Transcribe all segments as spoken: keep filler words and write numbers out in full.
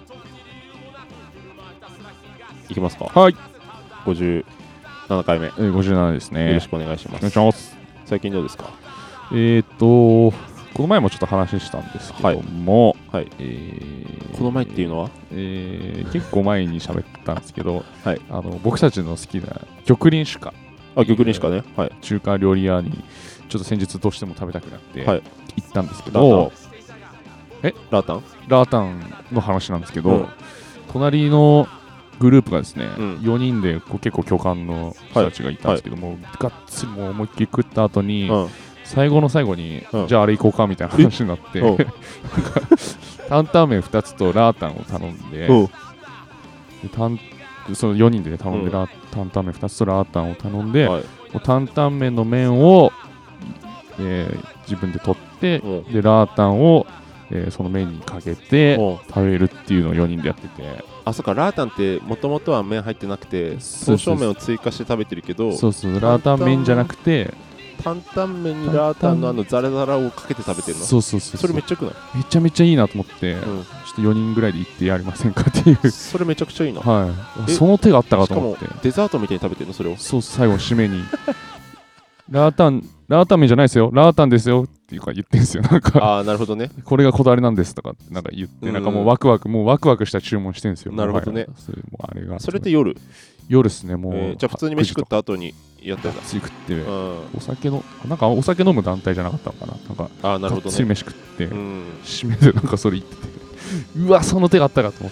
いきますか。 はい。 ごじゅうななかいめ。 えー、ごじゅうななですね。 よろしくお願いします。 お願いします。 最近どうですか？ えーっと、この前もちょっと話したんですけども、 はいはいえー、 この前っていうのは、 えー、結構前に喋ったんですけど、 はい、 あの僕たちの好きな玉林酒家、 あ、玉林酒家ね、はい、 中華料理屋にちょっと先日どうしても食べたくなってはい、 行ったんですけど、 えラータンラータンの話なんですけど、 うん、 隣のグループがですね、 うん、 よにんでこう結構巨漢の人たちがいたんですけども、はいはい、がっつりもう思いっきり食った後に、うん、最後の最後に、うん、じゃああれ行こうかみたいな話になって担々麺ふたつとラータンを頼んで、で担そのよにんで頼んで、うん、ラ担々麺ふたつとラータンを頼んで、はい、担々麺の麺を、えー、自分で取って、うん、でラータンを、えー、その麺にかけて食べるっていうのをよにんでやってて、 あ、そっか、ラータンってもともとは麺入ってなくて刀削麺を追加して食べてるけど、 そうそう、ラータン麺じゃなくて担々麺にラータンのあのザラザラをかけて食べてるの。 そうそうそう、 それめっちゃよくない？ めちゃめちゃいいなと思って、うん、ちょっとよにんぐらいで行ってやりませんかっていうそれめちゃくちゃいいな。 はい、その手があったかと思って。 しかもデザートみたいに食べてるのそれを。 そう、最後締めにラータンラータン麺じゃないですよ、ラータンですよっていうか言ってんですよ。なんかああ、なるほどね。 これがこだわりなんですとかなんか言って、なんかもうワクワクもうワクワクした注文してるんですよ。 なるほどね。 それもあれがそれって夜夜ですね。もう、 えー、じゃあ普通に飯食った後にやったんだ。 食って、うん、お酒のなんかお酒飲む団体じゃなかったのかな。なんかあ、なるほどね。 がっつり飯食って、うん、締めでなんかそれ言っててうわ、その手があったかと思って。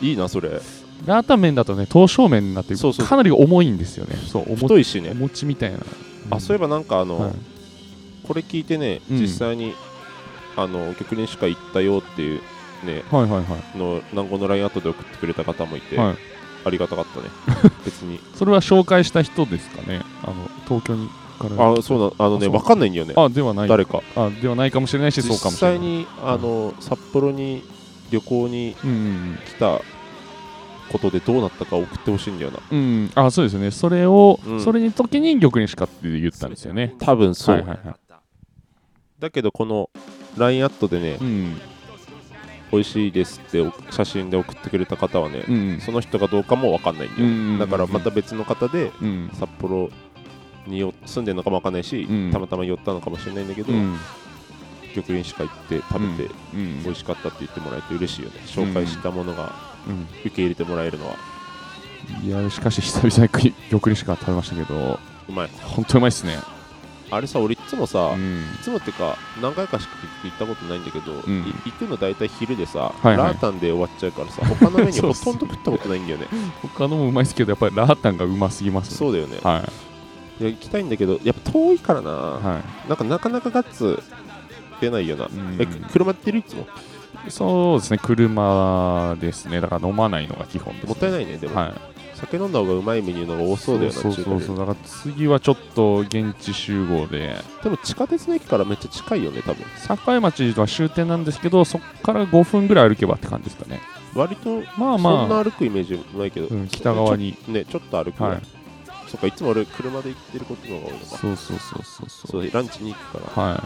いいいなそれ。 ラータン麺だとね、刀削麺になってそうそう、 かなり重いんですよね。そう、 太いしね。 お餅みたいな。 うん、あ、そういえばなんかあの、はい、これ聞いてね、うん、実際にあの玉林酒家行ったよっていうね、 はいはいはい、 の南郷の ライン アットで送ってくれた方もいて、はい、ありがたかったね。別にそれは紹介した人ですかね。あの東京にからあ、そうな、あのね、分かんないんだよね。 あ、ではない、 誰かあではないかもしれないし、そうかもしれない。 実際にあの、うん、札幌に旅行に来たことでどうなったか送ってほしいんだよな。 うん、あ、そうですね。それを、うん、それに時に玉林酒家って言ったんですよね。 多分そう、はいはいはい、だけどこの ライン アットでね、うん、美味しいですって写真で送ってくれた方はね、うん、その人がどうかも分かんないんだよ、ね、うんうんうんうん、だからまた別の方で、うん、札幌によ住んでるのかも分かんないし、うん、たまたま寄ったのかもしれないんだけど、うん、玉林酒家行って食べて、うん、美味しかったって言ってもらえて嬉しいよね。紹介したものが受け入れてもらえるのは、 うん、いや、しかし久々に玉林酒家食べましたけど、 うまい、 本当うまいっすね。 あれさ、俺いつもさ、うん、いつもってか何回かしか行ったことないんだけど、うん、行くの大体昼でさ、はいはい、ラータンで終わっちゃうからさ、他のメニューほとんど食ったことないんだよね。 他のもうまいですけど、やっぱりラータンがうますぎますね。 そうだよね、 はい、 いや行きたいんだけど、やっぱ遠いからな、はい、なんかなかなかガッツ出ないよな、うん、え車ってるいつも。 そうですね、車ですね。だから飲まないのが基本です、ね、 もったいないね。でも、はい、酒飲んだ方がうまいメニューの方が多そうだよな。 そうそうそうそう、だから次はちょっと現地集合で。 でも地下鉄の駅からめっちゃ近いよね、多分。 栄町は終点なんですけど、そこからごふんぐらい歩けばって感じですかね。 割とまあまあそんな歩くイメージないけど、うん、 北側にね、ちょっと歩く、はい、そっか、いつも俺車で行ってることの方が多いのか。 そうそうそうそうそう、ランチに行くから、はい、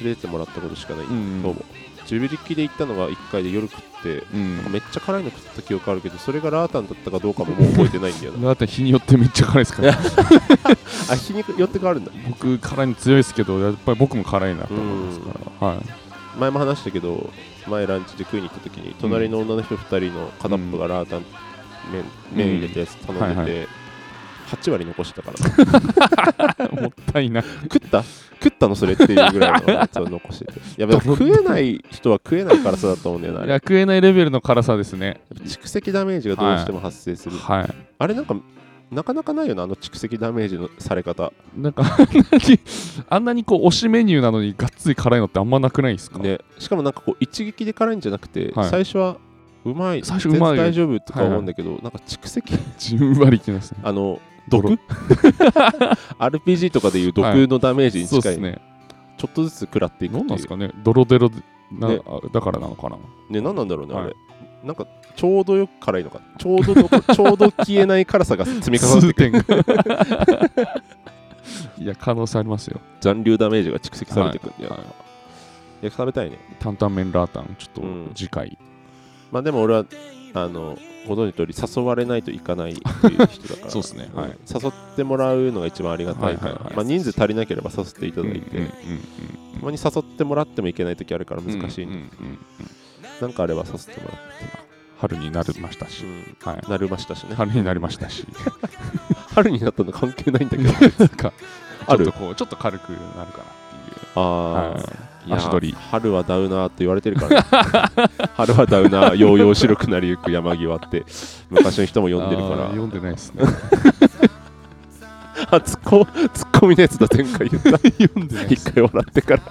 連れてってもらったことしかない、うん、どうも自力で行ったのがいっかいで夜食って、うん、なんかめっちゃ辛いの食った記憶あるけど、それがラータンだったかどうかももう覚えてないんだよな。 ラータン日によってめっちゃ辛いですからあ、日によって変わるんだ。 僕辛いの強いですけど、やっぱり僕も辛いなと思いますから、はい、 前も話したけど、前ランチで食いに行った時に隣の女の人ふたりの片っぽがラータン麺、麺入れたやつ頼んでて、うん、はいはい、はち割残してたからもったいな。 食った食ったのそれっていうぐらいのやつを残しててやべ、食えない人は食えない辛さだと思うんだよな。 いや、食えないレベルの辛さですね。 蓄積ダメージがどうしても発生する、はいはい、あれなんかなかなかないよな、あの蓄積ダメージのされ方。 なんかあんなにあんなにこう推しメニューなのにがっつり辛いのってあんまなくないですかね。 しかもなんかこう一撃で辛いんじゃなくて、はい、最初はうまい、最初うまい、大丈夫とか思うんだけど、はいはい、なんか蓄積じんわりきますね。 あの毒アールピージー とかでいう毒のダメージに近い、はい、そうですね、ちょっとずつ食らっていくっていう。 何なんですかね、ドロデロな、ね、だからなのかな。 ね、何なんだろうね、はい、あれなんかちょうどよく辛いのか、ちょうどどちょうど消えない辛さが積み重なっていくいや、可能性ありますよ。 残留ダメージが蓄積されていくんで、はいはい、いや、食べたいね。 担々麺ラータン、ちょっと次回、 うまあでも俺はあのご存知の通り誘われないといかないっていう人だからそうですね、はい、 誘ってもらうのが一番ありがたいから、はいはいはい、まあ、人数足りなければ誘っていただいて、たまに誘ってもらってもいけない時あるから難しいんで、なんかあれば誘ってもらって春になりましたし、 うんはい、なりましたしね春になりましたし春になったの関係ないんだけどなんかちょっとこうちょっと軽くなるかなっていうああ、はい足取り春はダウナーって言われてるから、ね、春はダウナーようよう白くなりゆく山際って昔の人も呼んでるから読んでないですねあツッコツッコミのやつだ前回言った読んでない一回笑ってから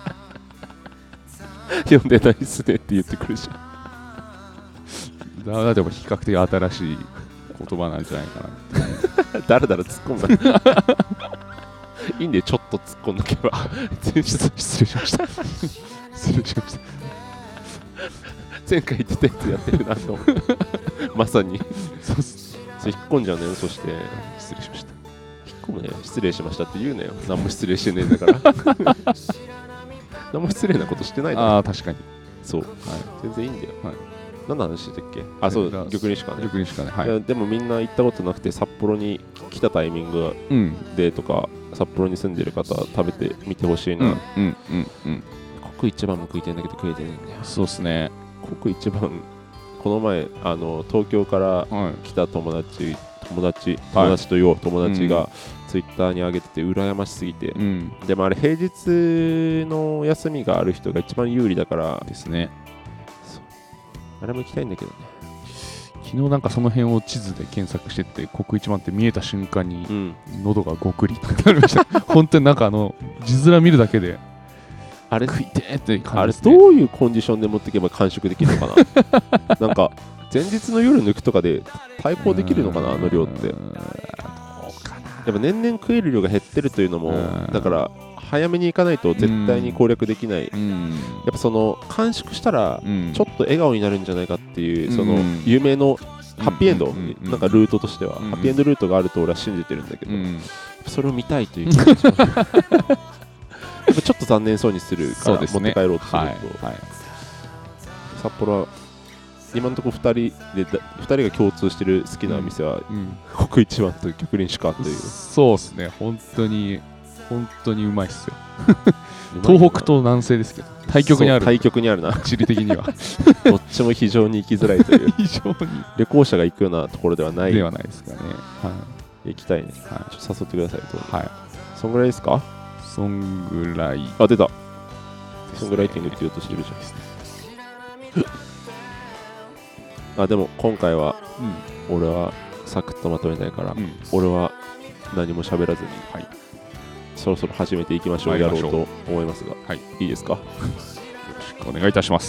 読んでないっすねって言ってくるじゃんだからでも比較的新しい言葉なんじゃないかなだらだら突っ込んだいいんでちょっと突っ込んどけば失礼しました失礼しました前回言ってたやつやってるなとまさにそうっすそれ引っ込んじゃうねよ。そして失礼しました引っ込むね失礼しましたって言うなよ。何も失礼してねえんだから何も失礼なことしてないだろ。 ああ確かにそう、はい、全然いいんだよ、はい、何の話だっけ。あそう玉林かね。 玉林かね、はい、 いやでもみんな行ったことなくて札幌に来たタイミングでとか、うん、札幌に住んでる方は食べてみてほしいな。うんうんうんうん国一番も食いたいんだけど食えてないんだよ。 そうっすね。 国一番この前あの東京から来た友達、はい、友達友達と言おう、はい、友達がツイッターに上げてて羨ましすぎて、うん、でもあれ平日の休みがある人が一番有利だからですね。 あれも行きたいんだけどね。 昨日なんかその辺を地図で検索してて国一番って見えた瞬間に、うん、喉がごくりってなりました本当になんかあの字面見るだけであれ食いてーって感じあれですね。 どういうコンディションで持っていけば完食できるのかななんか前日の夜抜くとかで対抗できるのかなあの量って。やっぱ年々食える量が減ってるというのもだから早めに行かないと絶対に攻略できない。やっぱその完食したらちょっと笑顔になるんじゃないかっていうその夢のハッピーエンドなんかルートとしてはハッピーエンドルートがあると俺は信じてるんだけどそれを見たいという気持ちがちょっと残念そうにするから持って帰ろうとすると、はいはい、札幌は今のところふたりでふたりが共通してる好きな店は、うんうん、国一番と玉林しかという。 そうですね。本当に本当にうまいっすよ東北と南西ですけど対極にある。 対極にあるな地理的にはどっちも非常に行きづらいという非常に旅行者が行くようなところではないではないですかね、 はい、行きたいね、はい、ちょっと誘ってくださいと。 はい、 そんぐらいですか。 そんぐらい。 あ、出た。そんぐらいティングって言おうとしてるじゃん。あ、でも今回は、うん、俺はサクッとまとめたいから、うん、俺は何も喋らずに、はい、そろそろ始めていきましょうやろうと思いますが、はい、いいですか。よろしくお願いいたします。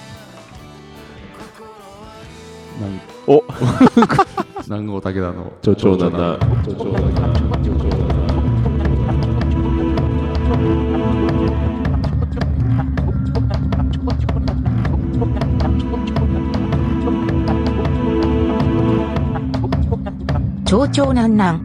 お南郷武田のちょちょななちょちょななちょちょなな長長南南。よ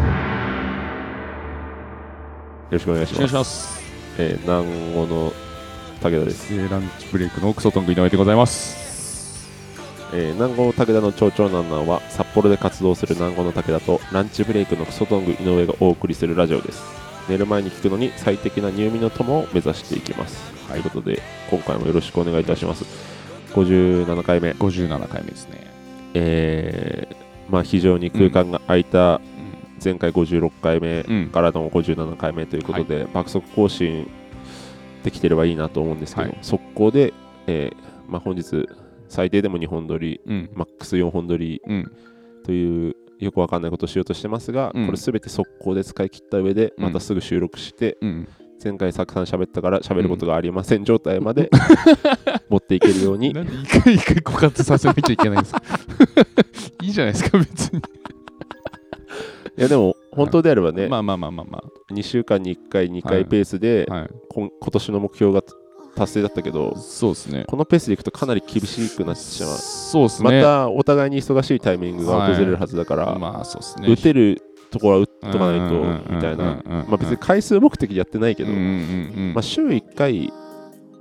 ろしくお願いします。 お願いします。 えー、南郷の武田です。 えー、ランチブレイクのクソトング井上でございます。 えー、南郷の武田の長長南南は札幌で活動する南郷の武田とランチブレイクのクソトング井上がお送りするラジオです。寝る前に聞くのに最適な入眠の友を目指していきます。はい、ということで今回もよろしくお願いいたします。ごじゅうななかいめ。 ごじゅうななかいめですね。 えーまあ、非常に空間が空いた前回ごじゅうろっかいめからのごじゅうななかいめということで、うんはい、爆速更新できてればいいなと思うんですけど、はい、速攻で、えーまあ、本日最低でもにほん撮り、うん、マックスよんほん撮りというよくわかんないことをしようとしてますが、うん、これすべて速攻で使い切った上でまたすぐ収録して、うん、前回たくさん喋ったから喋ることがありません状態まで持っていけるように。 なんで一回一回枯渇させなきゃいけないんですかいいじゃないですか別にいやでも本当であればね、 まあまあまあまあまあにしゅうかんにいっかいにかいペースで、はいはい、今年の目標が達成だったけど、 そうですね、 このペースでいくとかなり厳しくなってしまう。 そうですね、 またお互いに忙しいタイミングが訪れるはずだから、はい、 まあそうですね、 打てるところは打っとかないとみたいな、まあ別に回数目的でやってないけど、まあ週いっかい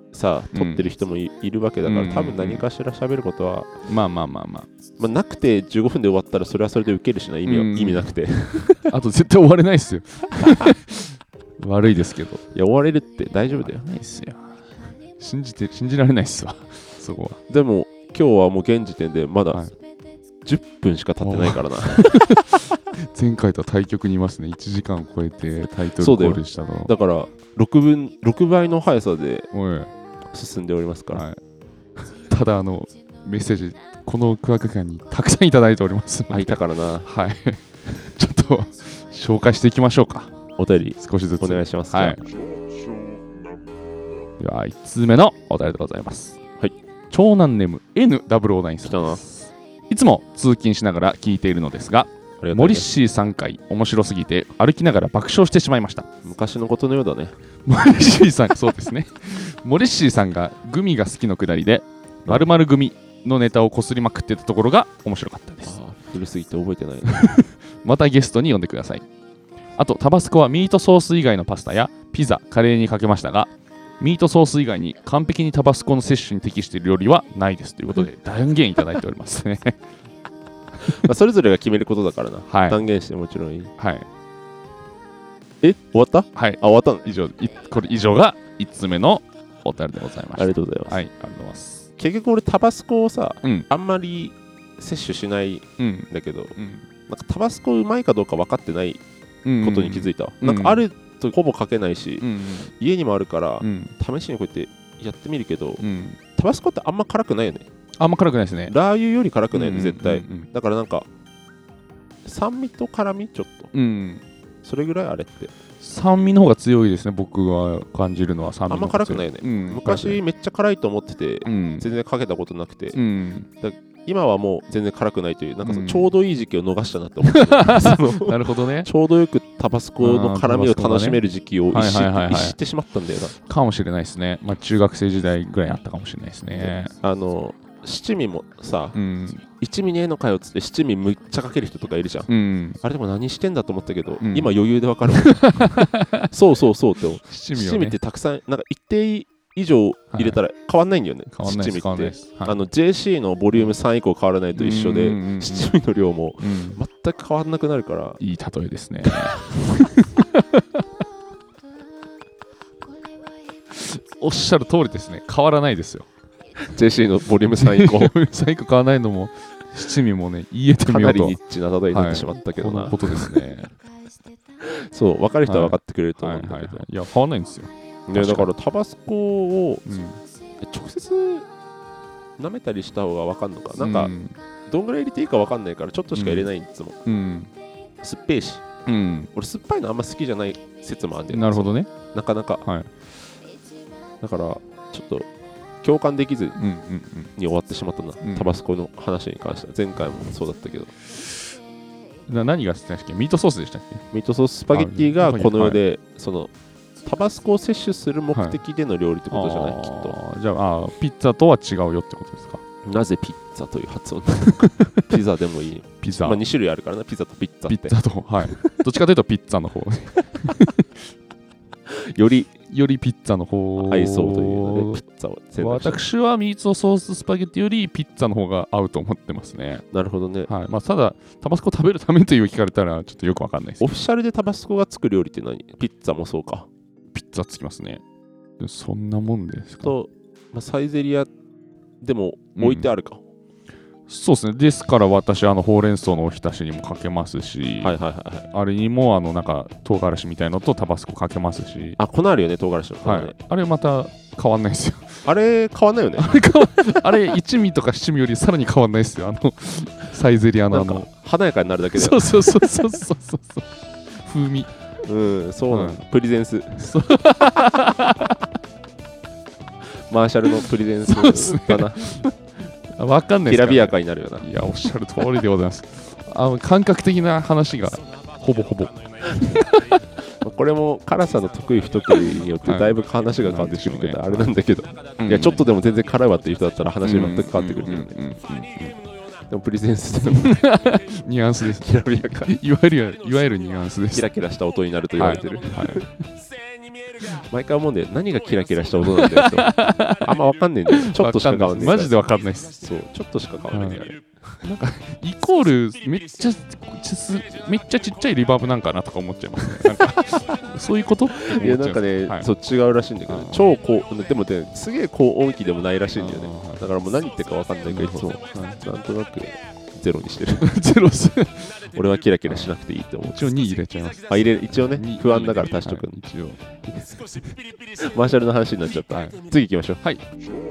さ撮ってる人も い,、うん、いるわけだから、多分何かしら喋ることは、 うん、まあまあまあまあ、 まあ、なくてじゅうごふんで終わったらそれはそれでウケるしな、意味は、うん、意味なくてあと絶対終われないっすよ悪いですけど、 いや終われるって大丈夫だよ。 ないっすよ、信じて信じられないっすわそこは。 でも今日はもう現時点でまだじゅっぷんしか経ってないからな、はい、 前回とは対極にいますね。いちじかん超えてタイトルコールしたの。 だ, だからろくぶんろくばいの速さで進んでおりますから、はい、 ただあのメッセージこの空白間にたくさんいただいておりますあいたからなはいちょっと紹介していきましょうか。 お便り少しずつお願いします。 はい、ではいちつうめのお便りでございます。はい、長男ネーム エヌダブルオーナイン さんです。いつも通勤しながら聞いているのですが、モリッシーさん回面白すぎて歩きながら爆笑してしまいました。 昔のことのようだね。 モリッシーさんそうですねモリッシーさんがグミが好きのくだりで〇〇グミのネタをこすりまくってたところが面白かったです。 あ古すぎて覚えてないねまたゲストに呼んでください。あとタバスコはミートソース以外のパスタやピザ、カレーにかけましたが、ミートソース以外に完璧にタバスコの摂取に適している料理はないですということで断言いただいておりますねまあそれぞれが決めることだからな、はい、断言してもちろんいい。 はい。 え終わった？ はい。 あ終わったの？ 以上、いこれ以上がいつつめのお便りでございました。 ありがとうございます。 はい、ありがとうございます。 結局俺タバスコをさ、うん、あんまり摂取しないんだけど、うんうん、なんかタバスコうまいかどうか分かってないことに気づいたわ、うんうん、なんかあるとほぼかけないし、うんうん、家にもあるから、うん、試しにこうやってやってみるけど、うん、タバスコってあんま辛くないよね。 あんま辛くないですね。 ラー油より辛くないよね、絶対、うんうんうん、だからなんか酸味と辛みちょっと、うん、それぐらいあれって酸味の方が強いですね。僕が感じるのは酸味の方が強い。 あんま辛くないよね、うん、昔めっちゃ辛いと思ってて、うん、全然かけたことなくて、うん、だ今はもう全然辛くないというなんかそのちょうどいい時期を逃したなって思って、 うん、なるほどね。 ちょうどよくタバスコの辛みを楽しめる時期を逸してしまったんだよな。 かもしれないですね。まあ中学生時代ぐらいあったかもしれないですね。 あの七味もさ、うん、一味ねえのかよっつって七味むっちゃかける人とかいるじゃん、うん、あれでも何してんだと思ったけど、うん、今余裕でわかるそうそうそうって七味、ね、七味ってたくさんなんか一定以上入れたら変わんないんだよね、はい、七味って、はい、あの ジェーシー のボリュームさん以降変わらないと一緒で、七味の量も全く変わんなくなるから、 いい例えですねおっしゃる通りですね。変わらないですよジェーシー のボリュームさん以降さん以降変わらないのも七味もね言えてみようとかなりニッチな例えになってしまったけどな、 はい、このことですねそう分かる人は分かってくれると思うんだけど、 はいはいはいはい、いや変わらないんですよね。だからタバスコを、うん、直接舐めたりした方が分かんのかなんか、うん、どんぐらい入れていいか分かんないからちょっとしか入れないんですもん、うん、酸っぱいし、うん、俺酸っぱいのあんま好きじゃない説もあるんだよね。 なるほどね。 なかなか、はい、だからちょっと共感できずに終わってしまったな、うんうん、タバスコの話に関しては。前回もそうだったけど、 な何が好きでしたっけ？ミートソースでしたっけ？ ミートソーススパゲッティがこの世で、はい、そのタバスコを摂取する目的での料理ってことじゃない、はい、きっと。 じゃあ、あピッツァとは違うよってことですか？ なぜピッツァという発音なのかピザでもいい。 ピザ、 まあ、に種類あるからな、ピザとピッツァって。 ピッツァと、はいどっちかというとピッツァの方よりよりピッツァの方合いそうというのでピッツァを選択した。 私はミートソーススパゲッティよりピッツァの方が合うと思ってますね。 なるほどね、 はい。まあ、ただタバスコ食べるためという聞かれたらちょっとよくわかんないです。 オフィシャルでタバスコがつく料理って何？ピッツァもそうか。 ピッツァつきますね。そんなもんですかと、まあ、サイゼリヤでも置いてあるか、うん、 そうですね。ですから私あのほうれん草のおひたしにもかけますし、はいはいはいはい、あれにもあのなんか唐辛子みたいのとタバスコかけますし。 あ、粉あるよね、唐辛子の粉、ね、はい。 あれまた変わんないですよ。 あれ変わんないよね。 あれ変わあれ一味とか七味よりさらに変わんないですよ。あのサイゼリヤのあの華やかになるだけで。 そうそうそうそうそうそう風味。 うん、そうなの、うん、プリゼンスマーシャルのプリゼンスだな。 わかんないですか、ね、 きらびやかになるよな。 いや、おっしゃる通りでございます。あの感覚的な話がほぼほぼこれも辛さの得意不得意によってだいぶ話が変わってくるけど、はい、あれなんだけど、うん、いやちょっとでも全然辛いわっていう人だったら話全く変わってくるけどね。でもプリゼンスでもニュアンスです。 きらびやかいわゆるいわゆるニュアンスです。 キラキラした音になると言われてる、はいはい、 毎回思うんで何がキラキラした音なんだよとあんま分かんねえんだよ。ちょっとしか変わんねえ。 マジで分かんないっす。 そうちょっとしか変わんねえ、はい、 なんかイコールめっちゃめっちゃちっちゃいリバーブなんかなとか思っちゃいますね。なんかそういうこといやなんかね、はい、そう違うらしいんだけど、超高でもねすげえ高音域でもないらしいんだよね。だからもう何言ってるか分かんないからいつも、はい、なんとなくゼロにしてるゼロす俺はキラキラしなくていいって思う。 一応に入れちゃいます。 あ入れ一応ね不安だから足しとく、はい、一応マーシャルの話になっちゃった、はい、次行きましょう。 はい。じ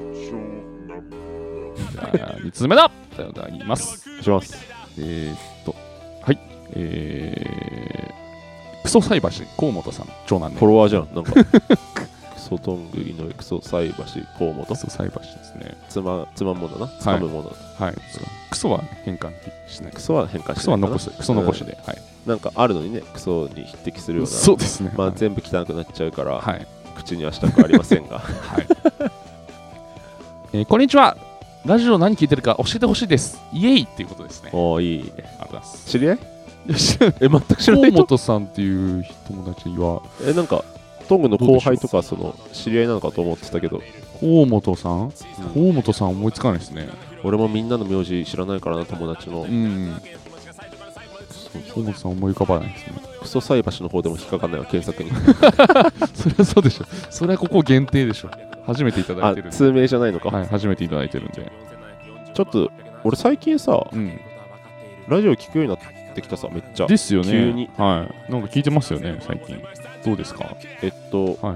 ゃあみっつめだということで言いますします。 えー、っとはいえー、クソ菜箸河本さん長男でフォロワーじゃんなんかクソトング井上クソ菜箸河本。 クソ菜箸ですね。 つまつまむものなつかむもの、 はい、はい、クソは変換しない。 クソは変換しない。 クソは残すクソ残しで、うん、はい。 なんかあるのにねクソに匹敵するような。 そうですね。 まあ、 はい、 全部汚くなっちゃうから、 はい、 口にはしたくありませんがはい、 えー、こんにちは。ラジオ何聞いてるか教えてほしいです。イエイっていうことですね。 おーいいね。 ありがとうございます。 知り合い？ いや知らない。 え全く知らない人。 河本さんっていう友達はえなんかトングの後輩とかその知り合いなのかと思ってたけど。 河本さん、うん、河本さん思いつかないですね。 俺もみんなの名字知らないからな友達の。うん。 河本さん思い浮かばないですね。 クソ菜箸の方でも引っかかんないわ検索にそれはそうでしょ。それはここ限定でしょ。初めていただいてるんで。 通名じゃないのか。 はい、初めていただいてるんで。 ちょっと俺最近さ、うん、ラジオ聞くようになってきたさめっちゃ。 ですよね。 急に。 はい。なんか聞いてますよね最近。どうですか。 えっと、はい、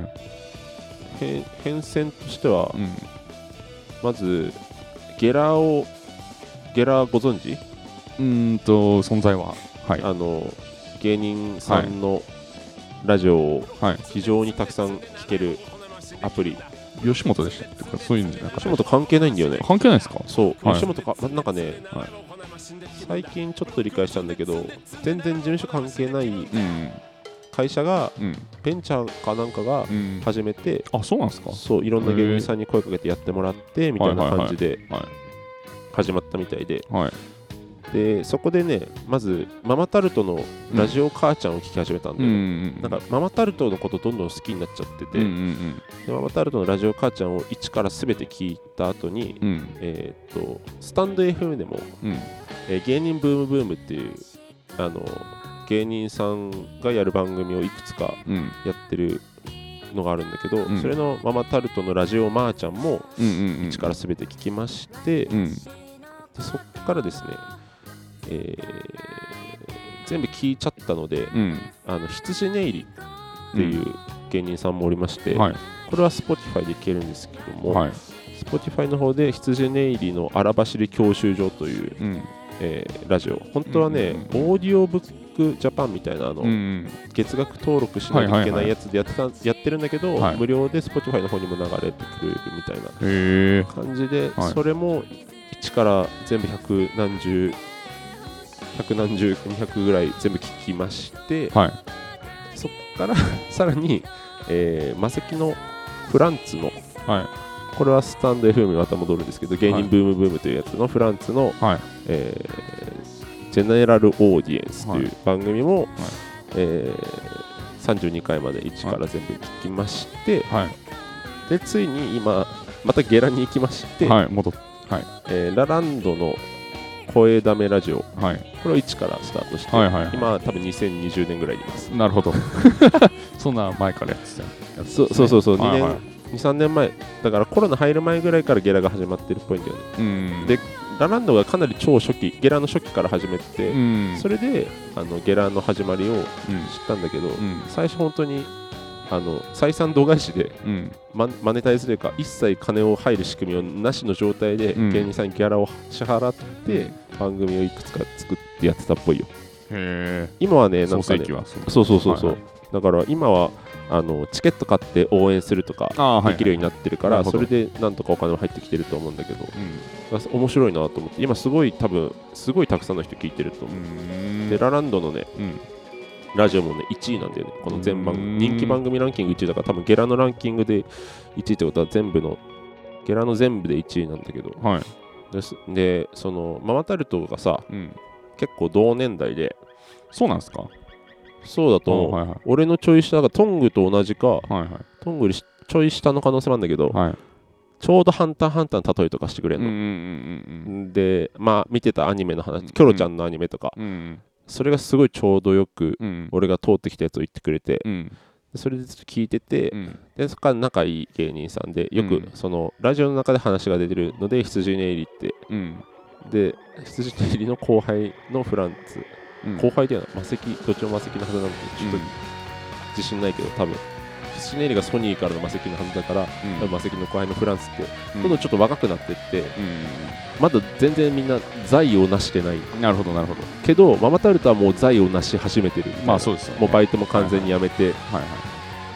変遷としては、うん、まずゲラをゲラご存知？ うーんと存在は、はい、 あの芸人さんのラジオを非常にたくさん聞けるアプリ。 吉本でしたってかそういうのじゃなかった。 吉本関係ないんだよね。 関係ないですか。 そう、 はい、 吉本かなんかね、はい、最近ちょっと理解したんだけど全然事務所関係ない会社が、うん、ベンチャーかなんかが始めて、 うん、あそうなんですか。 そういろんな芸人さんに声かけてやってもらってみたいな感じで始まったみたいで、はい、でそこでねまずママタルトのラジオ母ちゃんを聞き始めたんだよ、ね、うん、なんかママタルトのことどんどん好きになっちゃってて、うんうんうん、でママタルトのラジオ母ちゃんを一から全て聞いた後に、うん、えー、っとスタンド エフエム でも、うん、えー、芸人ブームブームっていうあの芸人さんがやる番組をいくつかやってるのがあるんだけど、うん、それのママタルトのラジオまーちゃんも一から全て聞きまして、うんうんうん、でそっからですね、えー、全部聞いちゃったので、うん、あの羊ネイリっていう芸人さんもおりまして、うん、はい、これは Spotify で聞けるんですけども、はい、Spotify の方で羊ネイリの荒走り教習所という、うん、えー、ラジオ本当はね、うんうんうん、オーディオブックジャパンみたいなあの、うんうん、月額登録しないといけないやつでやってた、はいはいはい、やってるんだけど、はい、無料で Spotify の方にも流れてくるみたいな感じで、はい、それもいちから全部百何十百何十にひゃくぐらい全部聞きまして、はい、そこからさらに、えー、マセキのフランツの、はい、これはスタンド エフエム にまた戻るんですけど芸人ブームブームというやつのフランツの、はい、えー、ジェネラルオーディエンスという番組も、はい、えー、さんじゅうにかいまで一から全部聞きまして、はい、でついに今またゲラに行きまして、はい、戻っはい、えー、ラランドの声だめラジオ、はい、これをいちからスタートして、はいはいはい、今多分にせんにじゅうねんぐらいにいます。 なるほどそんな前からやってたやつ、ね、 そうそうそうそう、はいはい、にねんにさんねんまえだからコロナ入る前ぐらいからゲラが始まってるっぽいんだよね。うんでラランドがかなり超初期ゲラの初期から始めて、うん、それであのゲラの始まりを知ったんだけど、うん、最初本当にあの採算度外視で、うん、マ, マネタイズというか一切金を入る仕組みをなしの状態で、うん、芸人さんにギャラを支払って番組をいくつか作ってやってたっぽいよ。へー。今はねなんかねそうそうそうそう、はいはい、だから今はあのチケット買って応援するとかできるようになってるから、はいはい、それでなんとかお金も入ってきてると思うんだけど、うん、面白いなと思って今すごい多分すごいたくさんの人聞いてると思う。でラランドのね、うん、ラジオもねいちいなんだよね。この全番人気番組ランキングいちいだから多分ゲラのランキングでいちいってことは全部のゲラの全部でいちいなんだけど、はい、で, でそのママタルトがさ、うん、結構同年代で。 そうなんですか。 そうだと思う、はいはい、俺のちょい下がトングと同じか、はいはい、トングよりちょい下の可能性もあるんだけど、はい、ちょうどハンターハンターの例えとかしてくれるの、うんうんうんうん、でまあ見てたアニメの話、うん、キョロちゃんのアニメとか、うんうん、それがすごいちょうどよく、うん、俺が通ってきたやつを言ってくれて、うん、それでちょっと聞いてて、うん、でそこから仲いい芸人さんでよく、うん、そのラジオの中で話が出てるので羊ネイリって、うん、で羊ネイリの後輩のフランツ、うん、後輩ではマセキ、どっちもマセキのはずなんでちょっと自信ないけど、多分羊ネイリがソニーからのマセキのはずだから、うん、多分マセキの後輩のフランツってどんどんちょっと若くなってって、うん、まだ全然みんな財を成してない。 なるほどなるほど。 けどママタルトはもう財を成し始めてる。 まあそうですよね。 もうバイトも完全に辞めて、はいはいはい、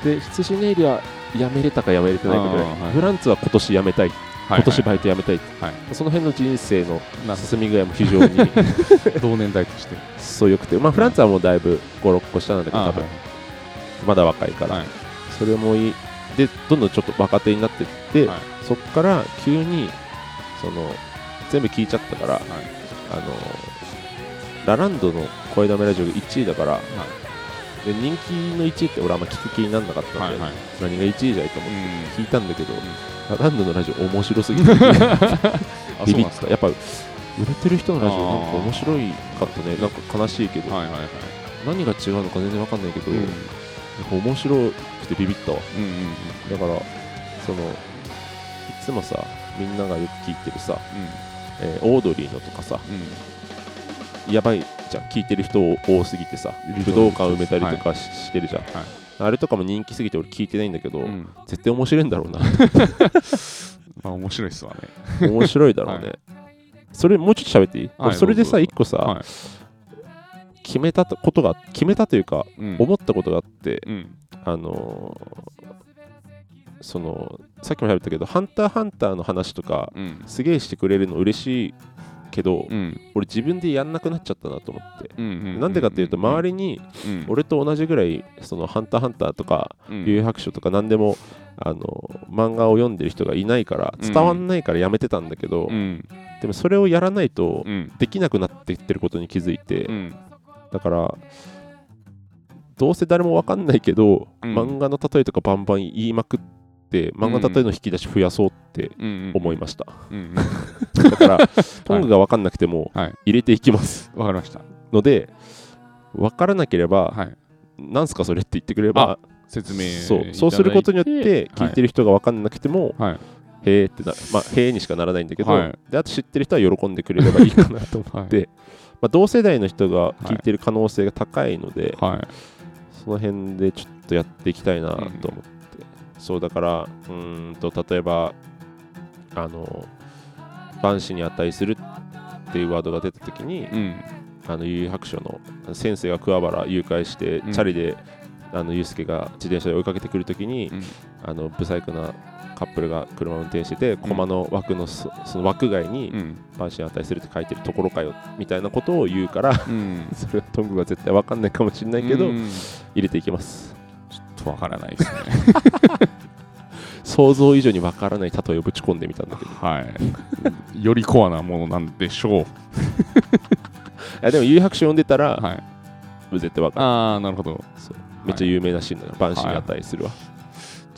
で羊ネイリは辞めれたか辞めれてないかぐらい、はい、フランツは今年辞めたい、今年バイト辞めたい、はい、その辺の人生の進み具合も非常に同年代としてそうよくて、まあ、フランツはもうだいぶご、ろっこ下なんだけど多分、はい、まだ若いから、はい、それもいいでどんどんちょっと若手になっていって、はい、そこから急にその全部聞いちゃったから、はい、あのラランドの声だめラジオがいちいだから、はい、で人気のいちいって俺あんま聞く気にならなかったんで、はいはい、何がいちいじゃいと思って聞いたんだけど、うん、ラランドのラジオ面白すぎてビビった。やっぱ売れてる人のラジオなんか面白いかったね。なんか悲しいけど、はいはいはい、何が違うのか全然わかんないけど、うん、なんか面白くてビビったわ、うんうんうん、だからそのいつもさみんながよく聞いてるさ、うん、えー、オードリーのとかさ、うん、やばいじゃん聞いてる人多すぎてさ武道館埋めたりとか し,、はい、してるじゃん、はい、あれとかも人気すぎて俺聞いてないんだけど、うん、絶対面白いんだろうなまあ面白いっすわね面白いだろうね、はい、それもうちょっと喋っていい、はい、それでさ一個さ、はい、決めたことが決めたというか、うん、思ったことがあって、うん、あのー、そのさっきも喋ったけどハンターハンターの話とか、うん、すげえしてくれるの嬉しいけど、うん、俺自分でやんなくなっちゃったなと思って、なんでかっていうと周りに俺と同じぐらいそのハンターハンターとか、うん、幽遊白書とか何でもあの漫画を読んでる人がいないから伝わんないからやめてたんだけど、うん、でもそれをやらないとできなくなっていってることに気づいて、うん、だからどうせ誰も分かんないけど、うん、漫画の例えとかバンバン言いまくって漫画例えの引き出し増やそうって思いました、うんうんうん、だからトングが分かんなくても入れていきます、 はい、分かりましたので分からなければ、はい、なんすかそれって言ってくれば説明そうそうすることによって聞いてる人が分かんなくても、はい、へーってな、まあ、へーにしかならないんだけど、はい、であと知ってる人は喜んでくれればいいかなと思って、はいまあ、同世代の人が聞いてる可能性が高いので、はい、その辺でちょっとやっていきたいなと思って、うん、そうだからうーんと例えばあの万死に値するっていうワードが出た時に、うん、あの幽遊白書の先生が桑原誘拐して、うん、チャリであのユウスケが自転車で追いかけてくる時に、うん、あのブサイクなカップルが車を運転してて、うん、駒の枠の そ, その枠外に万死に値するって書いてるところかよみたいなことを言うから、うん、それはトングが絶対分かんないかもしれないけど、うん、入れていきます。 ちょっと分からないですね想像以上に分からない例えをぶち込んでみたんだけど、 はい、よりコアなものなんでしょういやでも幽遊白書読んでたら、はい、絶対分かる。 ああなるほど。 そうめっちゃ有名なシーンだよ、万死に値するわ、はい、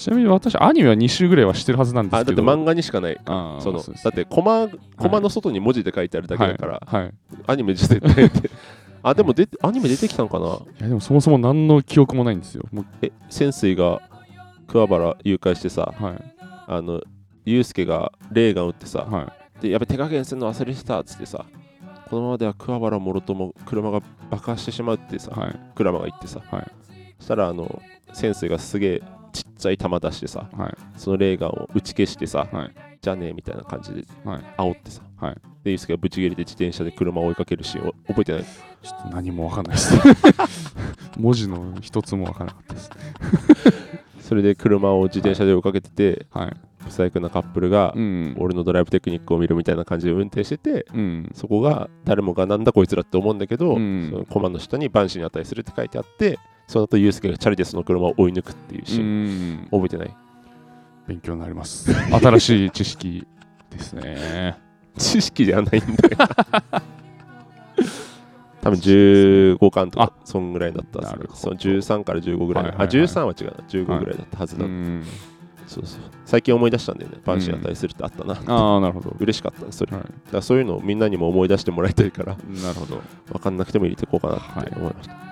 ちなみに私アニメはに週ぐらいはしてるはずなんですけど、あだって漫画にしかない。あそのだってコマ、コマの外に文字で書いてあるだけだから、はいはい、アニメ絶対ってあでもでアニメ出てきたのかな。いやでもそもそも何の記憶もないんですよ。もうえ潜水が桑原誘拐してさ、はい、あのユウスケがレーガン撃ってさ、はい、でやべ手加減するの忘れてたっつってさ、このままでは桑原もろとも車が爆破してしまうってさ、はい、クラマが言ってさ、はい、そしたらあの潜水がすげえちっちゃい弾出してさ、はい、そのレーガンを打ち消してさ、はい、じゃあねみたいな感じで煽ってさ、はい、でユウスケがブチ切れて自転車で車を追いかけるシーンを覚えてない？ ちょっと何も分かんないです文字の一つも分からなかったですそれで車を自転車で追いかけてて、はい、ブサイクなカップルが、うん、俺のドライブテクニックを見るみたいな感じで運転してて、うん、そこが誰もがなんだこいつらって思うんだけど、うん、そのコマの下に万死に値するって書いてあって、その後ユウスケがチャリでその車を追い抜くっていうシーン、うん、覚えてない？ 勉強になります。新しい知識ですね知識じゃないんだよ多多分じゅうごかんとかそんぐらいだったはず。そのじゅうさんからじゅうごぐらい、はいはいはい、あじゅうさんは違うなじゅうごぐらいだったはずだ、はい、うんそうそう最近思い出したんだよね。バンシー値するってあったな、うん、 ああなるほど嬉しかったねそれ、はい、だからそういうのをみんなにも思い出してもらいたいからなるほど分かんなくても入れていこうかなって思いました、はい、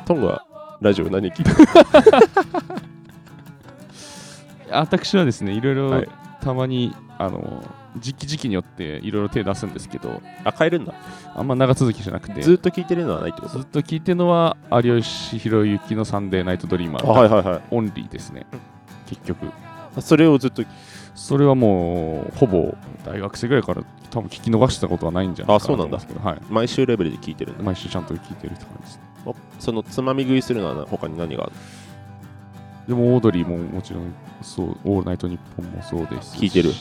トングはラジオ何聞いてる私はですねいろいろ、はい、たまにあの時期時期によっていろいろ手出すんですけどあ変えるんだあんま長続きじゃなくてずっと聞いてるのはないってことずっと聞いてるのは有吉弘行のサンデーナイトドリーマー、 はいはいはい、 オンリーですね結局それをずっとそれはもうほぼ大学生ぐらいから多分聞き逃してたことはないんじゃないかなと思いますけど、 あそうなんだ、はい、毎週レベルで聞いてるんだ毎週ちゃんと聞いてるって感じですね。 そのつまみ食いするのは他に何がある？ でもオードリーももちろんそうオールナイトニッポンもそうですし聞いてる、うん、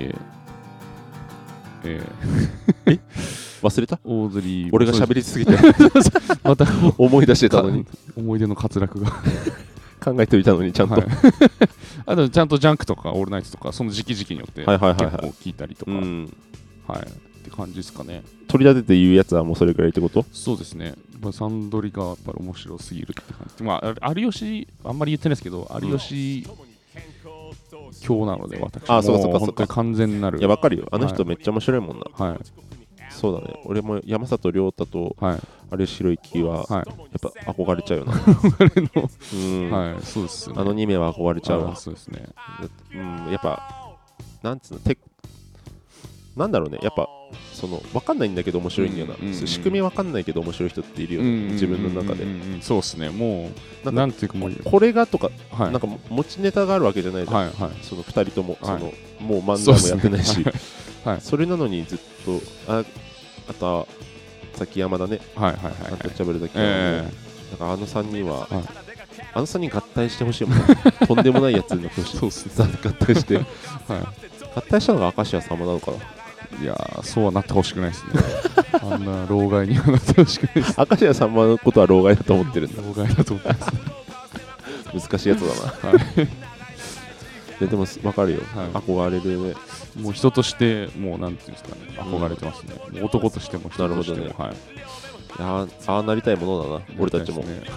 えー、え忘れた？ オードリー俺が喋りすぎてまた思い出してたのに思い出の滑落が考えておいたのにちゃんと、はい、 あとちゃんとジャンクとかオールナイトとかその時期時期によって結構聞いたりとか、はいはいはいはい、はい、って感じですかね。 取り立てて言うやつはもうそれくらいってこと？ そうですね。サンドリがやっぱり面白すぎるって感じ。まあ有吉あんまり言ってないですけど、有吉教なので私あそうかそうか本当に完全なる。 いやわかるよ。あの人めっちゃ面白いもんな。 はい。 そうだね。俺も山里亮太と有吉弘行はやっぱ憧れちゃうよな。 憧れのうんはいそうですね。 あのに名は憧れちゃうわ。 そうですね。 うんやっぱなんつうのてなんだろうねやっぱその分かんないんだけど面白いんだよな、うんうんうん、仕組み分かんないけど面白い人っているよね、うんうんうんうん、自分の中で、うんうん、 そうですねもうなんていうかもうこれがとか、はい、なんか持ちネタがあるわけじゃないじゃん、はいはい、そのふたりとも、はい、そのもう漫才もやってないし そ,、ねはい、それなのにずっとああとさっき山田ね、はいはいはいはい、アンタッチャブルだけど、えー、なんかあのさんにんは、はい、あのさんにん合体してほしいもんとんでもないやつになってほしいそうっす、ね、合体して、はい、合体したのが明石家さんまなのかな。 いやーそうはなってほしくないですねあんな老害にはなってほしくないです明石家さんまのことは老害だと思ってるんだ老害だと思ってます難しいやつだな、はい、で, でも分かるよ、はい、憧れるねもう人としてもうなんていうんですかね憧れてますね、うん、男としても人としてもなるほどね、はい、 いやああなりたいものだな俺たちも、ね、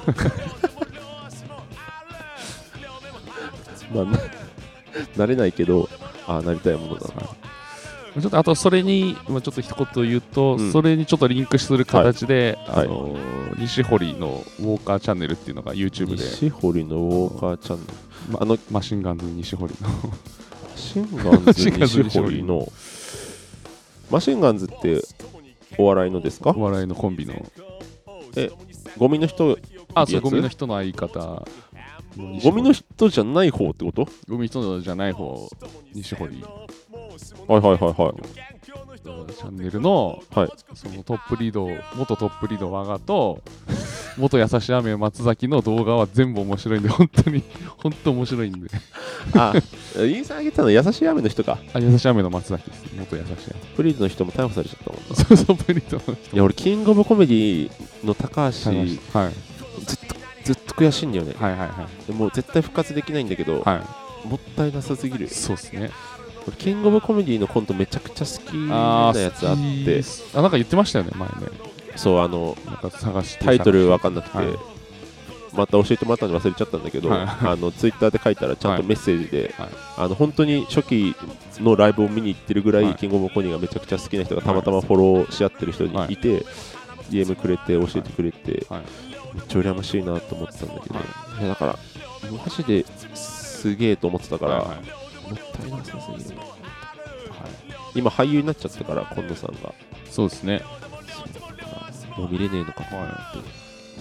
まあなれないけどああなりたいものだな、はいちょっとあとそれにちょっと一言言うと、うん、それにちょっとリンクする形で、はいあのーはい、西堀のウォーカーチャンネルっていうのが YouTube で西堀のウォーカーチャンネル、 ま、あのマシンガンズ西堀のマシンガンズ西堀のマシンガンズってお笑いのですか？ お笑いのコンビのえゴミの人あそうゴミの人の相方ゴミの人じゃない方ってこと？ ゴミの人じゃない方西堀はいはいはいはいチャンネルの、はい、そのトップリード元トップリード我がと元優しい雨松崎の動画は全部面白いんで本当に本当面白いんであインスタ上げたの優しい雨の人かあ優しい雨の松崎です元優しい雨プリードの人も逮捕されちゃったもんなそうそうプリードの人いや俺キングオブコメディの高橋、はい、ずっとずっと悔しいんだよねはいはいはいでもう絶対復活できないんだけど、はい、もったいなさすぎるそうですね俺キングオブコメディのコントめちゃくちゃ好きなやつあってあなんか言ってましたよね前ねそうあのなんか探してタイトル分かんなくて、はい、また教えてもらったの忘れちゃったんだけど、はい、あのツイッターで書いたらちゃんとメッセージで、はい、あの本当に初期のライブを見に行ってるぐらい、はい、キングオブコメディがめちゃくちゃ好きな人がたまたまフォローし合ってる人にいて、はい、ディーエム くれて教えてくれて、はい、めっちゃ羨ましいなと思ってたんだけど、はい、いやだからマジですげえと思ってたから、はいはい、もったいなさすぎる、はい、今俳優になっちゃったから今野さんがそうですねもう見れねえのかなって、はい、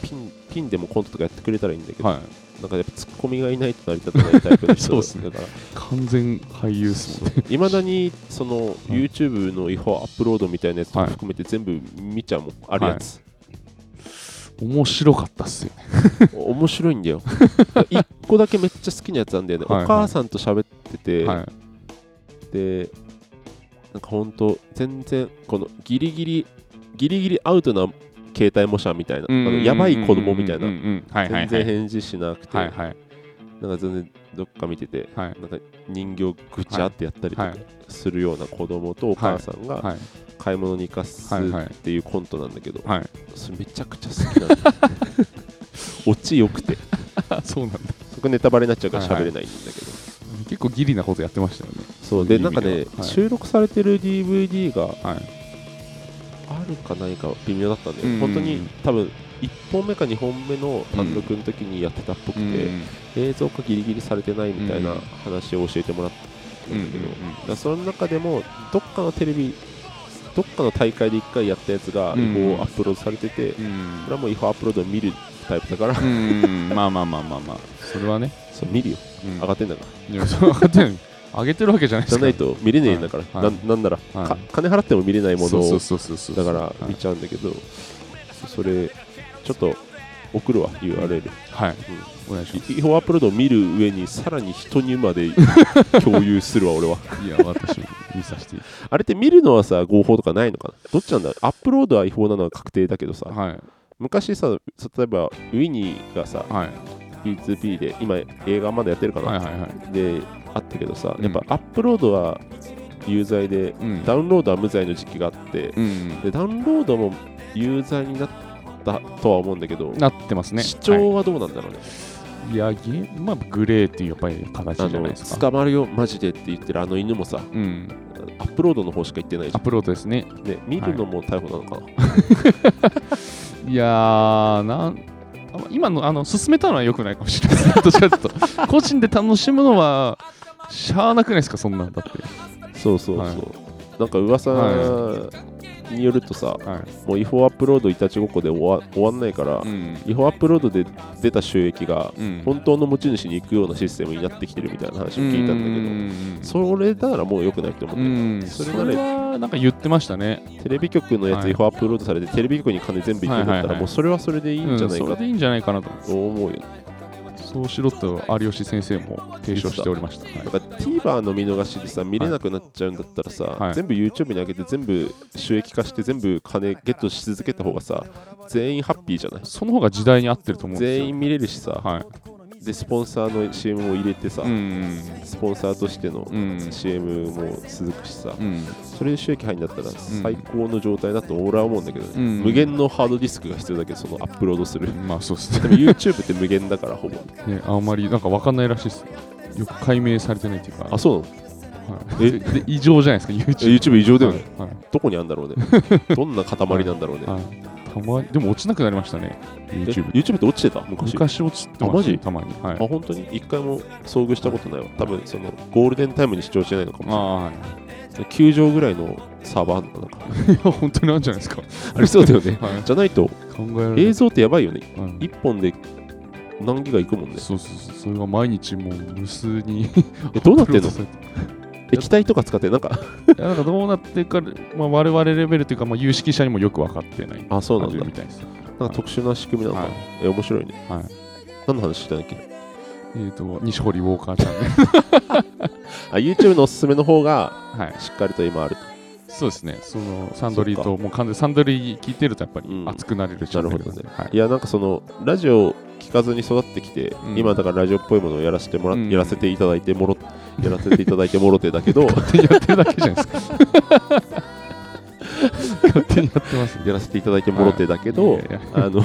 ピン、ピンでもコントとかやってくれたらいいんだけど、はい、なんかやっぱツッコミがいないと成り立たないタイプの人そうですねだから完全俳優っすもんねいまだにその、はい、YouTube の違法アップロードみたいなやつも含めて全部見ちゃうもん、はい、あるやつ、 はい、面白かったっすよね面白いんだよ一個だけめっちゃ好きなやつなんだよね、はいはい、お母さんと喋ってて、はい、でなんかほんと全然このギリギリギリギリアウトな携帯模写みたいな、あのやばい子供みたいな、全然返事しなくて、はいはい、なんか全然どっか見てて、はい、なんか人形ぐちゃってやったりとかするような子供とお母さんが買い物に行かすっていうコントなんだけど、 はいはい、 それめちゃくちゃ好きなんだオチよくてそうなんだ。 そこネタバレになっちゃうから喋れないんだけど、はいはい、 結構ギリなことやってましたよね。 そうでなんかね、はい、収録されてる ディーブイディー があるかないか微妙だったんで、はい、本当に多分いっぽんめかにほんめの単独の時にやってたっぽくて、うん、映像化ギリギリされてないみたいな話を教えてもらったんだけど、うんうんうん、だその中でもどっかのテレビどっかの大会でいっかいやったやつが違法アップロードされてて、うん、それはもう違法アップロードを見るタイプだから、うん、 まあまあまあまあまあそれはねそう見るよ、うん、上がってんだからいやそう上がってない上げてるわけじゃないですか。 じゃないと見れねえんだから、はい、な, なんなら、はい、金払っても見れないものをだから見ちゃうんだけど、はい、それちょっと送るわ ユーアールエル、 はい、 うん、お願いします。違法アップロードを見る上にさらに人にまで共有するわ俺は。 いや私見させてあれって見るのはさ合法とかないのかな。どっちなんだ。アップロードは違法なのは確定だけどさ、はい、昔さ例えばウィニーがさ、はい、ビーツーピー で今映画まだやってるかな、はいはいはい、であったけどさ、うん、やっぱアップロードは有罪で、うん、ダウンロードは無罪の時期があって、うん、でダウンロードも有罪になったとは思うんだけど、 なってますね。 視聴はどうなんだろうね、 はい、いやまあグレーっていうやっぱり形じゃないですか。 捕まるよマジでって言ってるあの犬もさ、うん、アップロードの方しか言ってないじゃん。 アップロードですね。 ね見るのも逮捕なのかな、 はい、いやーなん今のあの進めたのは良くないかもしれないです。どっちかというと個人で楽しむのはしゃあなくないですかそんなんだって。 そうそうそう、はい、なんか噂によるとさ、はい、もう違法アップロードいたちごっこで終 わ, 終わんないから、うん、違法アップロードで出た収益が本当の持ち主に行くようなシステムになってきてるみたいな話を聞いたんだけど、うん、それならもう良くないって思ってる、うん、 それならそれはなんか言ってましたね。 テレビ局のやつ違法アップロードされて、はい、テレビ局に金全部行くんだったらもうそれはそれでいいんじゃないか、うん、 それでいいんじゃないかなと思うよ。 そうしろと有吉先生も提唱しておりました。 なんか TVer の見逃しでさ見れなくなっちゃうんだったらさ、はい、全部 YouTube に上げて全部収益化して全部金ゲットし続けた方がさ全員ハッピーじゃない。 その方が時代に合ってると思うんですよ。 全員見れるしさ、はい、でスポンサーの シーエム を入れてさ、うん、スポンサーとしての シーエム も続くしさ、うん、それで収益入るんだったら最高の状態だと俺は思うんだけど、ね、うん、無限のハードディスクが必要だけどそのアップロードする、 まあそうですね。 でも YouTube って無限だからほぼね、あんまりなんか分かんないらしいです。よく解明されてないっていうか。 あ、そうなの、はい、えで異常じゃないですか YouTube。 YouTube 異常だよね、はいはい、どこにあるんだろうねどんな塊なんだろうね、はいはい、 たまにでも落ちなくなりましたね YouTube。 YouTube って落ちてた昔。 昔落ちてましたたまに、はい、 あ本当に一回も遭遇したことないわ。多分そのゴールデンタイムに視聴してないのかもしれない。あ、はい、きゅう畳ぐらいのサーバーあるのかな。 いや本当にあるんじゃないですか。 ありそうだよね、はい、じゃないと考えられない。 映像ってやばいよね、はい、いっぽんで何ギガいくもんね。 そうそうそう、それが毎日もう無数にえどうなってんの液体とか使ってなんかいやなんかどうなってるか、まあ、我々レベルというか、まあ、有識者にもよく分かってない。 あ、そうなんだみたいです。 なんか特殊な仕組みなのかな、はい、え面白いね、はい、何の話したんだっけ。 えーと西堀ウォーカーチャンネルあ YouTube のおすすめの方がしっかりと今あると、はい、 そうですね。そのサンドリーともう完全サンドリー聞いてるとやっぱり熱くなれるチャンネル、うん、なるほどね、はい、いやなんかそのラジオ聞かずに育ってきて、うん、今だからラジオっぽいものをやらせてもら、うん、やらせていただいてもろやらせていただいてもろてだけど勝手にやってるだけじゃないですか勝手にやってます、ね、 やらせていただいてもろてだけど、はい、あの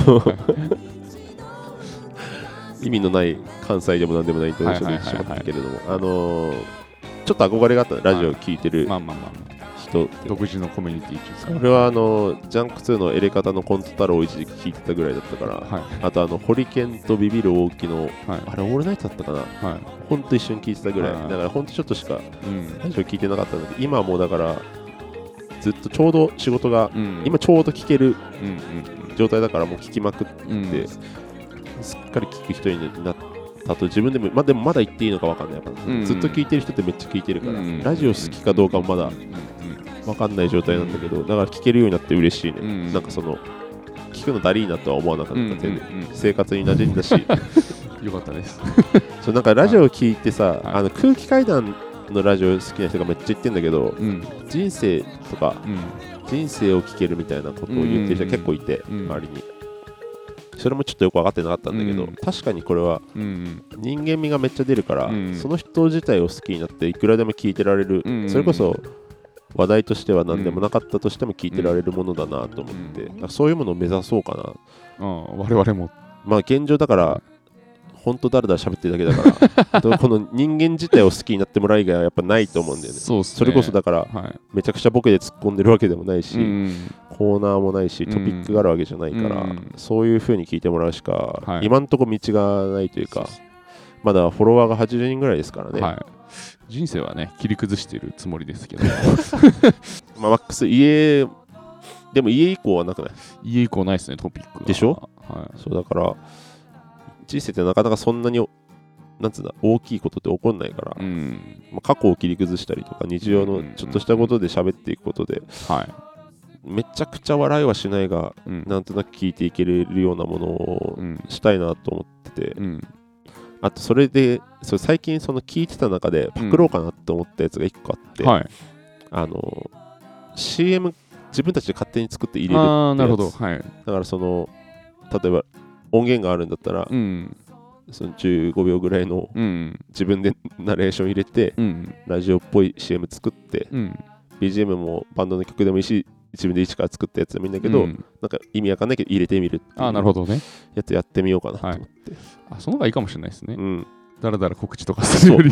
意味のない関西でもなんでもないイントネーションで言ってしまったけれども、あのー、ちょっと憧れがあったラジオを聞いてる、はい、まあまあまあ人独自のコミュニティですか。俺はあのジャンクツーのエレカタのコント太郎を一時期聞いてたぐらいだったから、はい、あとあのホリケンとビビる大木の、はい、あれオールナイトだったかな、はい、ほんと一緒に聞いてたぐらい、はい、だからほんとちょっとしかラジオ聞いてなかったんだけど、今はもうだからずっとちょうど仕事が、うん、今ちょうど聞ける状態だからもう聞きまくって、うん、すっかり聞く人になったと自分でも、まあ、でもまだ言っていいのか分かんないから、うん、ずっと聞いてる人ってめっちゃ聞いてるから、うん、ラジオ好きかどうかもまだ分かんない状態なんだけど、だから聞けるようになって嬉しいね、うん、なんかその聞くのだりーなとは思わなかった、うんうん、生活に馴染んだしよかったですそうなんかラジオを聞いてさ、はい、あの空気階段のラジオ好きな人がめっちゃ言ってんだけど、うん、人生とか、うん、人生を聞けるみたいなことを言ってる人が結構いて、うん、周りにそれもちょっとよく分かってなかったんだけど、うん、確かにこれは人間味がめっちゃ出るから、うん、その人自体を好きになっていくらでも聞いてられる、うん、それこそ話題としては何でもなかったとしても聞いてられるものだなと思って、うん、なんかそういうものを目指そうかな、 うん、我々もまあ現状だから本当だらだら喋ってるだけだからこの人間自体を好きになってもらう以外はやっぱないと思うんだよね。 そうっすね。 それこそだから、はい、めちゃくちゃボケで突っ込んでるわけでもないし、うん、コーナーもないしトピックがあるわけじゃないから、うん、そういう風に聞いてもらうしか、はい、今んとこ道がないというか、まだフォロワーがはちじゅうにんぐらいですからね、はい、 人生はね切り崩してるつもりですけどまあマックス家でも家以降はなくない？ 家以降ないですねトピックでしょ、はい、そうだから人生ってなかなかそんなになんつうんだ大きいことって起こんないから、うんまあ、過去を切り崩したりとか日常のちょっとしたことで喋っていくことで、はい、めちゃくちゃ笑いはしないが、うん、なんとなく聞いていけるようなものをしたいなと思ってて、うん、あとそれでそれ最近その聞いてた中でパクろうかなって思ったやつがいっこあって、うんはい、あの シーエム 自分たちで勝手に作って入れるってやつ。あー、なるほど、はい、だからその例えば音源があるんだったら、うん、そのじゅうごびょうぐらいの自分でナレーション入れて、うん、ラジオっぽい シーエム 作って、うん、ビージーエム もバンドの曲でもいいし自分で一から作ったやつでもいいんだけど、うん、なんか意味わかんないけど入れてみるっていうやつやってみようかなと思って、はい、 あその方がいいかもしれないですね、うん、だらだら告知とかするより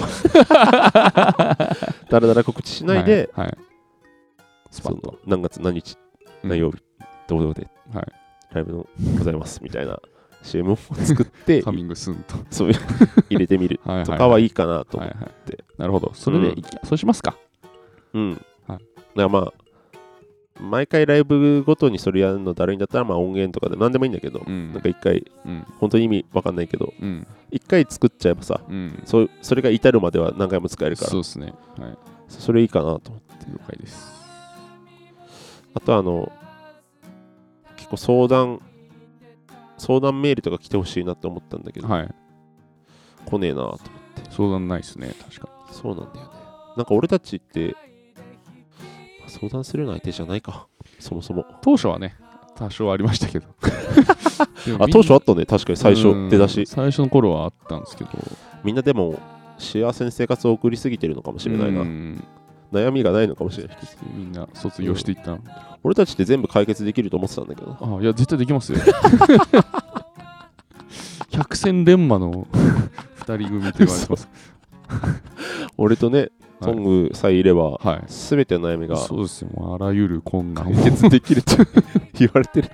だらだら告知しないで、はいはい、 スパッと何月何日何曜日、どこどこで、はい、ライブのございますみたいなシーエム を作ってカミングスンとそう入れてみるとかはいいかなと思って、はいはいはい、 なるほどそれで、うん、そうしますか。 うん、はい、だからまあ毎回ライブごとにそれやるのだるいんだったらまあ音源とかで何でもいいんだけど、うん、なんか一回、うん、本当に意味わかんないけど、うん、一回作っちゃえばさ、うん、そ, それが至るまでは何回も使えるからそうですね、はい、 それいいかなと思って了解です。 あとあの結構相談相談メールとか来てほしいなって思ったんだけど、はい、来ねえなと思って。 相談ないですね、確かに。そうなんだよね。なんか俺たちって、まあ、相談するような相手じゃないか、そもそも。 当初はね、多少ありましたけど。 あ、当初あったね、確かに最初、出だし。 最初の頃はあったんですけど。 みんなでも、幸せな生活を送りすぎてるのかもしれないな。悩みがないのかもしれない。 みんな卒業していった、うん、 俺たちって全部解決できると思ってたんだけど。 ああ、いや絶対できますよ百戦錬磨のふたり組って言われてます俺とねトングさえいれば、はい、全ての悩みがそうですよ、もうあらゆる困難解決できると言われてる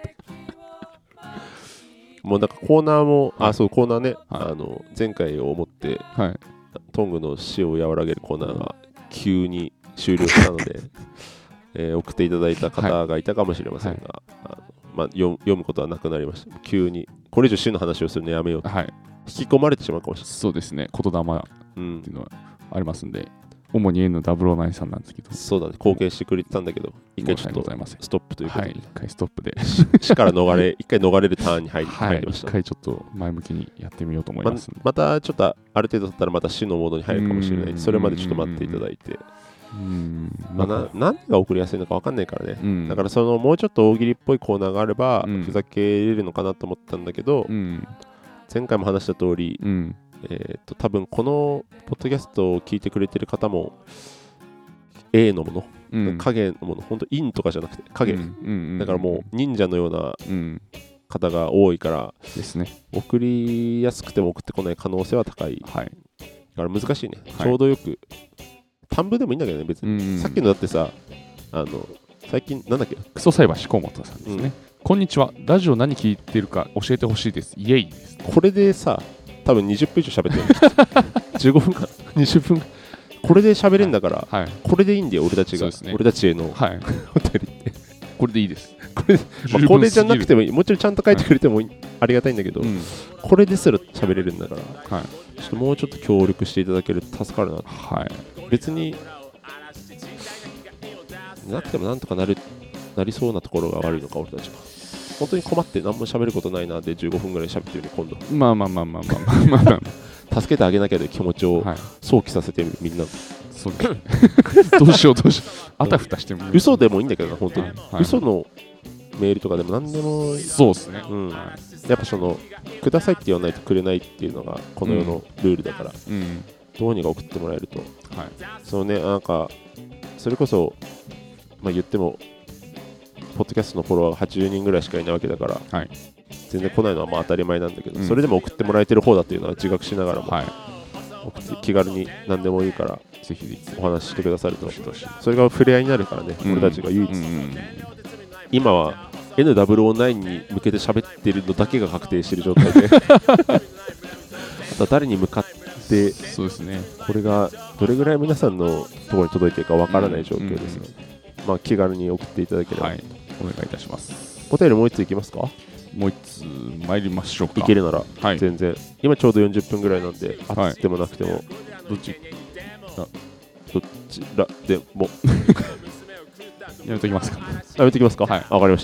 もうなんかコーナーも、はい、あそうコーナーね、はい、あの前回を思って、はい、トングの死を和らげるコーナーが急に終了したので、えー、送っていただいた方がいたかもしれませんが、はいあのまあ、読, 読むことはなくなりました。急にこれ以上死の話をするのやめようと、はい、引き込まれてしまうかもしれない。 そうですね、言霊っていうのはありますんで、うん、主に エヌダブリューナイン さんなんですけど、 そうだね、貢献してくれてたんだけど一回ちょっとストップということで、はい、 一回ストップで死から逃れ一回逃れるターンに入り、はい、入りました。 一回ちょっと前向きにやってみようと思いますんで、 ま, またちょっとある程度だったらまた死のモードに入るかもしれない。それまでちょっと待っていただいて、うんまあ、な何が送りやすいのか分かんないからね、うん、だからそのもうちょっと大喜利っぽいコーナーがあれば、うん、ふざけれるのかなと思ったんだけど、うん、前回も話した通り、うんえー、と多分このポッドキャストを聞いてくれてる方も A のもの、うん、影のもの、本当陰とかじゃなくて影、うんうんうん、だからもう忍者のような方が多いからですね、送りやすくても送ってこない可能性は高い、はい、だから難しいね、はい、ちょうどよく短文でもいいんだけどね、別に、うんうん、さっきのだってさ、あの最近なんだっけ、 クソ菜箸河本さんですね、うん、こんにちは、ラジオ何聞いてるか教えてほしいです、イエイです、ね、 これでさ、多分にじゅっぷん以上喋ってるじゅうごふんかにじゅっぷんこれで喋れんだから、はいはい、これでいいんだよ、俺たちが、ね、俺たちへの、はい、お便りってこれでいいですこれ、まあ、これじゃなくてもいい、もちろんちゃんと書いてくれてもいい、はい、ありがたいんだけど、うん、これですら喋れるんだから、はい、ちょっともうちょっと協力していただけると助かるな、はい、別になくてもなんとかなるなりそうなところが悪いのか、俺たちが本当に困って何も喋ることないなでじゅうごふんぐらい喋ってるね、今度まあまあまあまあまあまあまあ、まあ、助けてあげなきゃという気持ちを想起させてみんな、 そうどうしようどうしようあたふたしても嘘でもいいんだけどな、本当に、はいはい、嘘のメールとかでも何でもそうですね、 うんはい、やっぱそのくださいって言わないとくれないっていうのがこの世のルールだから、うんうん、どうにか送ってもらえると、はい、そのね、なんかそれこそまあ、言ってもポッドキャストのフォロワーがはちじゅうにんぐらいしかいないわけだから、はい、全然来ないのはまあ当たり前なんだけど、うん、それでも送ってもらえてる方だっていうのは自覚しながらも、はい、送って気軽に何でもいいからぜひぜひお話ししてくださると、それが触れ合いになるからね、うん、俺たちが唯一、うんうん、今は エヌダブルオーナイン に向けて喋ってるのだけが確定してる状態であと誰に向かってそうですね、 これがどれぐらい皆さんのところに届いているかわからない状況ですので、うんうん、まあ、気軽に送っていただければ、はい、 お願いいたします。 お便りもう一ついきますか。 もう一つ参りましょうか。 いけるなら、はい、全然今ちょうどよんじゅっぷんぐらいなんで、あってもなくても、はい、 どっちどっちらでもやめときますか。 やめときますか。はい、わかりました。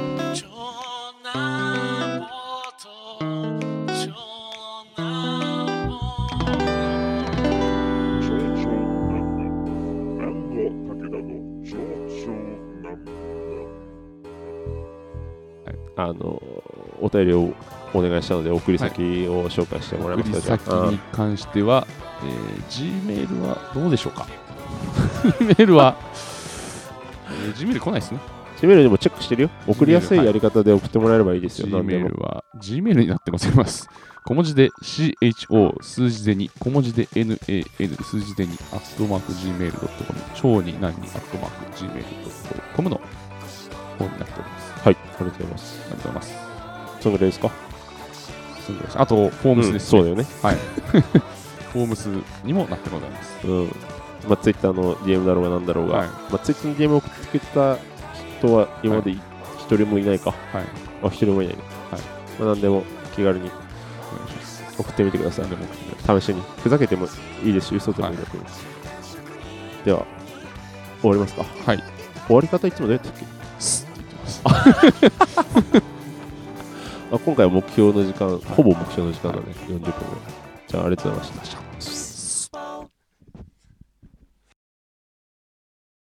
あのお便りをお願いしたので送り先を紹介してもらいますか。 はい、送り先に関しては、えー、Gmail はどうでしょうか。Gmail は、えー、Gmail 来ないですね。 Gmail でもチェックしてるよ。送りやすいやり方で送ってもらえればいいですよ。 Gmail は Gmail になってございます。小文字で シーエイチオー 数字でに小文字で エヌエーエヌ 数字でにアットマーク ジーメールドットコム 超に何にアットマーク ジーメールドットコム の方になっております。 はい、ありがとうございます。 ありがとうございます。 そのぐらいですか。 そのぐらいです。あとフォームスですね、 うん、そうだよね。 はい。フォームスにもなってございます。 うん。まあ、ツイッターの ディーエム だろうがなんだろうが、はい、まあ、ツイッターの ディーエム を送ってくれた人は今まで一人もいないか。はい。あ、一人もいないね。はい。まあ、何でも気軽に送ってみてください。でも試しに。ふざけてもいいですし、嘘でもいいだけです。はい、では、終わりますか。 はい。 終わり方いつもどうやったっけ？スッって言ってます。あ、今回は目標の時間、ほぼ目標の時間だね。よんじゅっぷんぐらい。じゃあ、ありがとうございました。